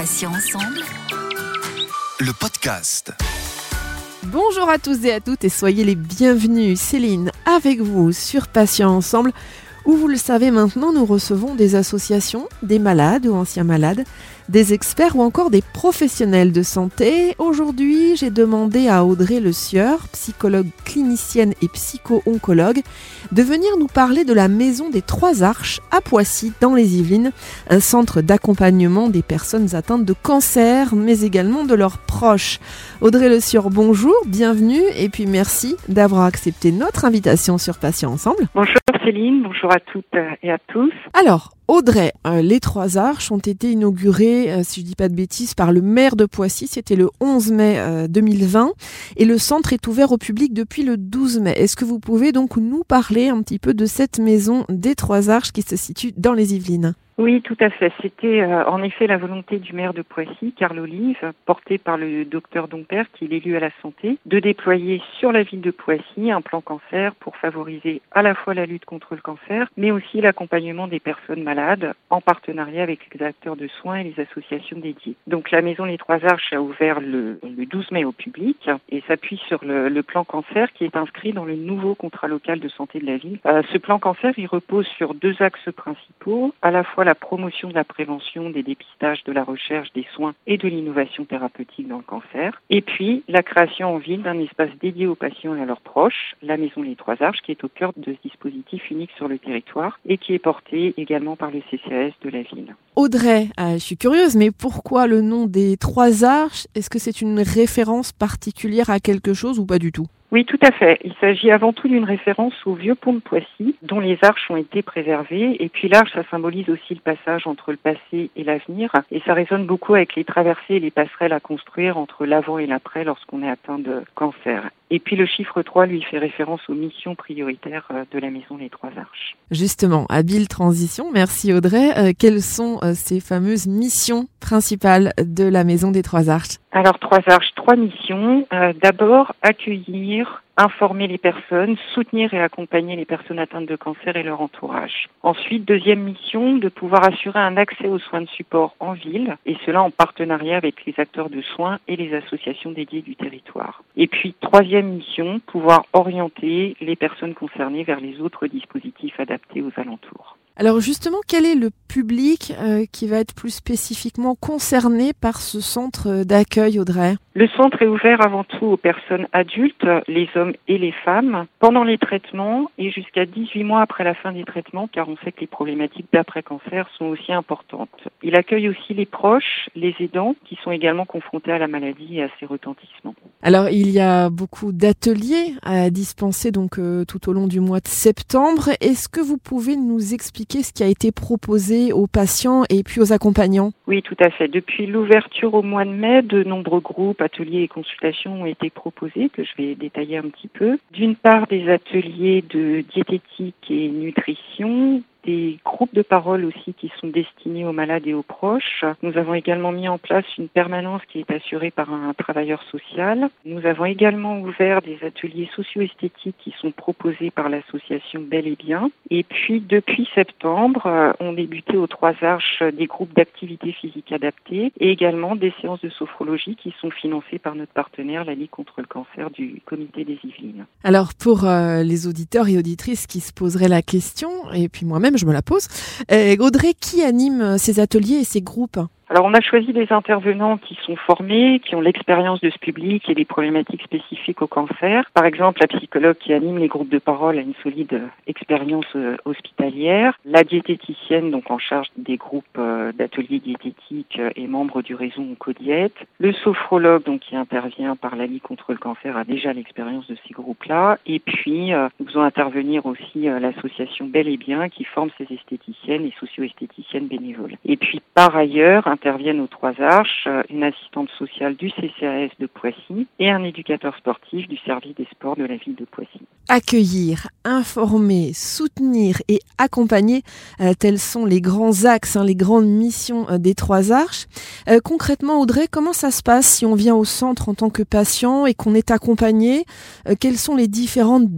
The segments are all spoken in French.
Patients ensemble, le podcast. Bonjour à tous et à toutes et soyez les bienvenus. Céline avec vous sur Patients ensemble où vous le savez maintenant nous recevons des associations, des malades ou anciens malades, des experts ou encore des professionnels de santé. Aujourd'hui, j'ai demandé à Audrey Le Sieur, psychologue clinicienne et psycho-oncologue, de venir nous parler de la Maison des Trois Arches à Poissy, dans les Yvelines, un centre d'accompagnement des personnes atteintes de cancer, mais également de leurs proches. Audrey Le Sieur, bonjour, bienvenue et puis merci d'avoir accepté notre invitation sur Patients ensemble. Bonjour Céline, bonjour à toutes et à tous. Alors, Audrey, les Trois Arches ont été inaugurées, si je dis pas de bêtises, par le maire de Poissy. C'était le 11 mai 2020 et le centre est ouvert au public depuis le 12 mai. Est-ce que vous pouvez donc nous parler un petit peu de cette maison des Trois Arches qui se situe dans les Yvelines ? Oui, tout à fait. C'était en effet la volonté du maire de Poissy, Carl Olive, porté par le docteur Dompère, qui est l'élu à la santé, de déployer sur la ville de Poissy un plan cancer pour favoriser à la fois la lutte contre le cancer, mais aussi l'accompagnement des personnes malades en partenariat avec les acteurs de soins et les associations dédiées. Donc la Maison des Trois Arches a ouvert le 12 mai au public et s'appuie sur le plan cancer qui est inscrit dans le nouveau contrat local de santé de la ville. Ce plan cancer, il repose sur deux axes principaux, à la fois la promotion de la prévention, des dépistages, de la recherche, des soins et de l'innovation thérapeutique dans le cancer. Et puis, la création en ville d'un espace dédié aux patients et à leurs proches, la Maison des Trois Arches, qui est au cœur de ce dispositif unique sur le territoire et qui est porté également par le CCAS de la ville. Audrey, je suis curieuse, mais pourquoi le nom des Trois Arches ? Est-ce que c'est une référence particulière à quelque chose ou pas du tout ? Oui, tout à fait. Il s'agit avant tout d'une référence au vieux pont de Poissy, dont les arches ont été préservées. Et puis l'arche, ça symbolise aussi le passage entre le passé et l'avenir. Et ça résonne beaucoup avec les traversées et les passerelles à construire entre l'avant et l'après lorsqu'on est atteint de cancer. Et puis le chiffre 3 lui fait référence aux missions prioritaires de la Maison des Trois Arches. Justement, habile transition. Merci Audrey. Quelles sont ces fameuses missions principales de la Maison des Trois Arches ? Alors, Trois Arches, 3 missions. D'abord, accueillir, informer les personnes, soutenir et accompagner les personnes atteintes de cancer et leur entourage. Ensuite, deuxième mission, de pouvoir assurer un accès aux soins de support en ville, et cela en partenariat avec les acteurs de soins et les associations dédiées du territoire. Et puis, troisième mission, pouvoir orienter les personnes concernées vers les autres dispositifs adaptés aux alentours. Alors justement, quel est le public qui va être plus spécifiquement concerné par ce centre d'accueil, Audrey ? Le centre est ouvert avant tout aux personnes adultes, les hommes et les femmes, pendant les traitements et jusqu'à 18 mois après la fin des traitements, car on sait que les problématiques d'après-cancer sont aussi importantes. Il accueille aussi les proches, les aidants, qui sont également confrontés à la maladie et à ses retentissements. Alors, il y a beaucoup d'ateliers à dispenser donc tout au long du mois de septembre. Est-ce que vous pouvez nous expliquer ce qui a été proposé aux patients et puis aux accompagnants ? Oui, tout à fait. Depuis l'ouverture au mois de mai, de nombreux groupes, ateliers et consultations ont été proposés, que je vais détailler un petit peu. D'une part, des ateliers de diététique et nutrition, des groupes de parole aussi qui sont destinés aux malades et aux proches. Nous avons également mis en place une permanence qui est assurée par un travailleur social. Nous avons également ouvert des ateliers socio-esthétiques qui sont proposés par l'association Bel et Bien. Et puis, depuis septembre, ont débuté aux Trois Arches des groupes d'activité physique adaptée et également des séances de sophrologie qui sont financées par notre partenaire, la Ligue contre le cancer du Comité des Yvelines. Alors, pour les auditeurs et auditrices qui se poseraient la question, et puis moi-même, je me la pose. Audrey, qui anime ces ateliers et ces groupes ? Alors, on a choisi des intervenants qui sont formés, qui ont l'expérience de ce public et des problématiques spécifiques au cancer. Par exemple, la psychologue qui anime les groupes de parole a une solide expérience hospitalière. La diététicienne, donc en charge des groupes d'ateliers diététiques et membre du réseau Oncodiète. Le sophrologue, donc qui intervient par la Ligue contre le cancer, a déjà l'expérience de ces groupes-là. Et puis, nous faisons intervenir aussi l'association Bel et Bien qui forme ces esthéticiennes et socio-esthéticiennes bénévoles. Et puis, par ailleurs, interviennent aux Trois Arches une assistante sociale du CCAS de Poissy et un éducateur sportif du service des sports de la ville de Poissy. Accueillir, informer, soutenir et accompagner, tels sont les grands axes, les grandes missions des Trois Arches. Concrètement, Audrey, comment ça se passe si on vient au centre en tant que patient et qu'on est accompagné ? Quelles sont les différentes démarches ?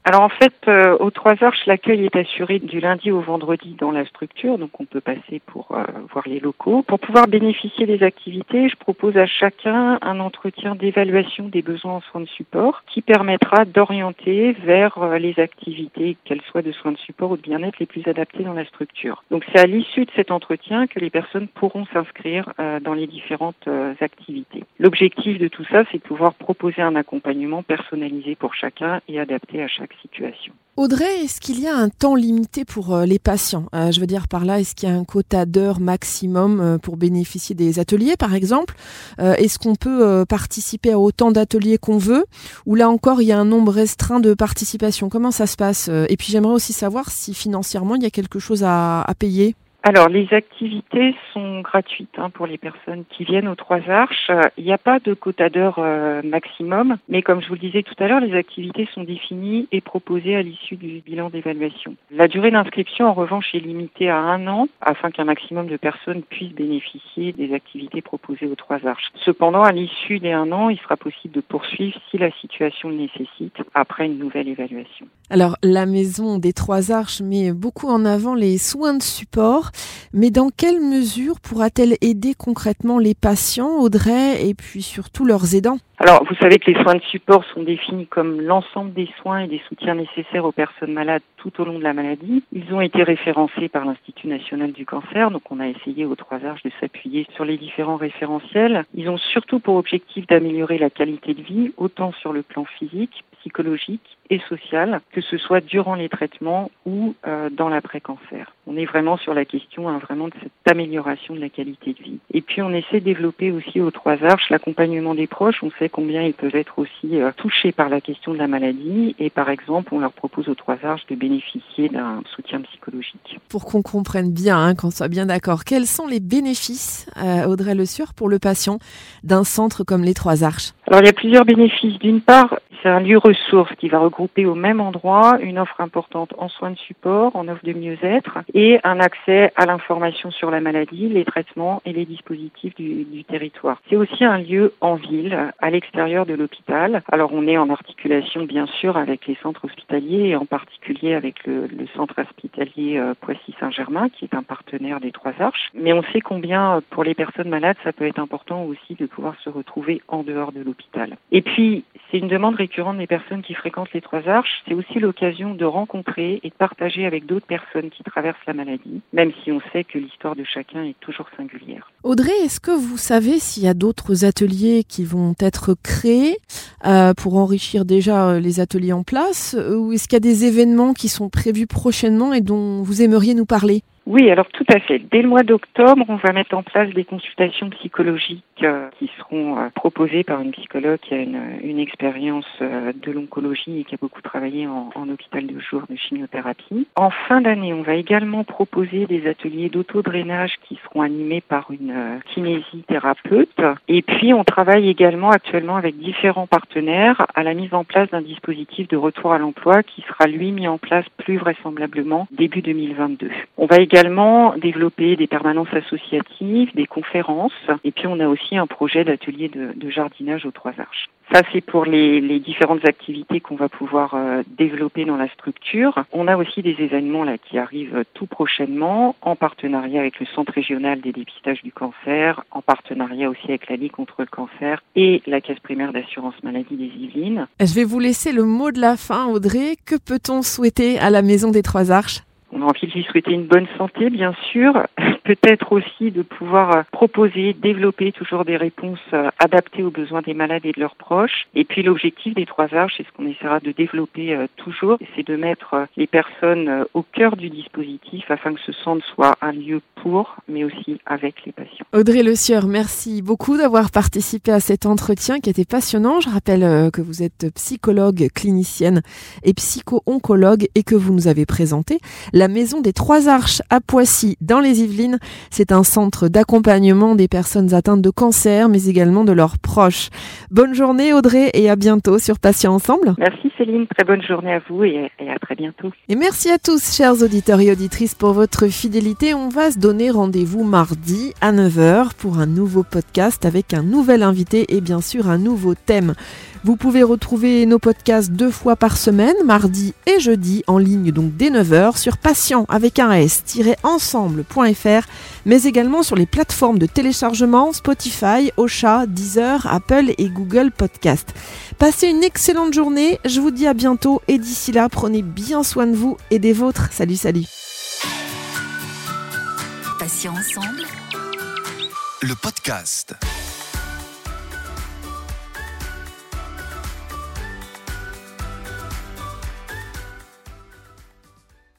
Alors en fait, aux Trois Arches, l'accueil est assuré du lundi au vendredi dans la structure, donc on peut passer pour voir les locaux. Pour pouvoir bénéficier des activités, je propose à chacun un entretien d'évaluation des besoins en soins de support qui permettra d'orienter vers les activités, qu'elles soient de soins de support ou de bien-être, les plus adaptées dans la structure. Donc c'est à l'issue de cet entretien que les personnes pourront s'inscrire dans les différentes activités. L'objectif de tout ça, c'est de pouvoir proposer un accompagnement personnalisé pour chacun et adapté à chaque situation. Audrey, est-ce qu'il y a un temps limité pour les patients ? Je veux dire par là, est-ce qu'il y a un quota d'heures maximum pour bénéficier des ateliers, par exemple ? Est-ce qu'on peut participer à autant d'ateliers qu'on veut ? Ou là encore, il y a un nombre restreint de participations ? Comment ça se passe ? Et puis j'aimerais aussi savoir si financièrement, il y a quelque chose à payer. Alors, les activités sont gratuites pour les personnes qui viennent aux Trois Arches. Il n'y a pas de quota d'heures maximum, mais comme je vous le disais tout à l'heure, les activités sont définies et proposées à l'issue du bilan d'évaluation. La durée d'inscription, en revanche, est limitée à 1 an, afin qu'un maximum de personnes puissent bénéficier des activités proposées aux Trois Arches. Cependant, à l'issue des 1 an, il sera possible de poursuivre si la situation le nécessite, après une nouvelle évaluation. Alors, la Maison des Trois Arches met beaucoup en avant les soins de support. Mais dans quelle mesure pourra-t-elle aider concrètement les patients, Audrey, et puis surtout leurs aidants ? Alors, vous savez que les soins de support sont définis comme l'ensemble des soins et des soutiens nécessaires aux personnes malades tout au long de la maladie. Ils ont été référencés par l'Institut national du cancer, donc on a essayé aux Trois Arches de s'appuyer sur les différents référentiels. Ils ont surtout pour objectif d'améliorer la qualité de vie, autant sur le plan physique, psychologique et social, que ce soit durant les traitements ou dans l'après-cancer. On est vraiment sur la question vraiment de cette amélioration de la qualité de vie. Et puis on essaie de développer aussi aux Trois Arches l'accompagnement des proches. On sait combien ils peuvent être aussi touchés par la question de la maladie et par exemple on leur propose aux Trois Arches de bénéficier d'un soutien psychologique. Pour qu'on comprenne bien, qu'on soit bien d'accord, quels sont les bénéfices, Audrey Le Sueur, pour le patient d'un centre comme les Trois Arches ? Alors il y a plusieurs bénéfices. D'une part, c'est un lieu ressource qui va regrouper au même endroit une offre importante en soins de support, en offre de mieux-être et un accès à l'information sur la maladie, les traitements et les dispositifs du territoire. C'est aussi un lieu en ville, à l'extérieur de l'hôpital. Alors on est en articulation bien sûr avec les centres hospitaliers et en particulier avec le centre hospitalier Poissy-Saint-Germain qui est un partenaire des Trois Arches. Mais on sait combien pour les personnes malades ça peut être important aussi de pouvoir se retrouver en dehors de l'hôpital. Et puis c'est une demande récurrente des personnes qui fréquentent les Trois Arches. C'est aussi l'occasion de rencontrer et de partager avec d'autres personnes qui traversent la maladie, même si on sait que l'histoire de chacun est toujours singulière. Audrey, est-ce que vous savez s'il y a d'autres ateliers qui vont être créés pour enrichir déjà les ateliers en place, ou est-ce qu'il y a des événements qui sont prévus prochainement et dont vous aimeriez nous parler ? Oui, alors tout à fait. Dès le mois d'octobre, on va mettre en place des consultations psychologiques qui seront proposées par une psychologue qui a une expérience de l'oncologie et qui a beaucoup travaillé en hôpital de jour de chimiothérapie. En fin d'année, on va également proposer des ateliers d'autodrainage qui seront animés par une kinésithérapeute. Et puis, on travaille également actuellement avec différents partenaires à la mise en place d'un dispositif de retour à l'emploi qui sera, lui, mis en place plus vraisemblablement début 2022. On va également développer des permanences associatives, des conférences, et puis on a aussi un projet d'atelier de jardinage aux Trois Arches. Ça, c'est pour les différentes activités qu'on va pouvoir développer dans la structure. On a aussi des événements là qui arrivent tout prochainement, en partenariat avec le Centre régional des dépistages du cancer, en partenariat aussi avec la Ligue contre le cancer et la Caisse primaire d'assurance maladie des Yvelines. Je vais vous laisser le mot de la fin, Audrey. Que peut-on souhaiter à la Maison des Trois Arches ? On a envie de lui souhaiter une bonne santé, bien sûr. Peut-être aussi de pouvoir proposer, développer toujours des réponses adaptées aux besoins des malades et de leurs proches. Et puis l'objectif des Trois Arches, c'est ce qu'on essaiera de développer toujours, c'est de mettre les personnes au cœur du dispositif afin que ce centre soit un lieu pour, mais aussi avec les patients. Audrey Le Sueur, merci beaucoup d'avoir participé à cet entretien qui était passionnant. Je rappelle que vous êtes psychologue clinicienne et psycho-oncologue et que vous nous avez présenté la Maison des Trois Arches à Poissy, dans les Yvelines. C'est un centre d'accompagnement des personnes atteintes de cancer, mais également de leurs proches. Bonne journée Audrey et à bientôt sur Patients Ensemble. Merci Céline, très bonne journée à vous et à très bientôt. Et merci à tous, chers auditeurs et auditrices, pour votre fidélité. On va se donner rendez-vous mardi à 9h pour un nouveau podcast avec un nouvel invité et bien sûr un nouveau thème. Vous pouvez retrouver nos podcasts 2 fois par semaine, mardi et jeudi, en ligne donc dès 9h sur patient-ensemble.fr, mais également sur les plateformes de téléchargement Spotify, Ocha, Deezer, Apple et Google Podcast. Passez une excellente journée, je vous dis à bientôt et d'ici là, prenez bien soin de vous et des vôtres. Salut, salut. Le podcast.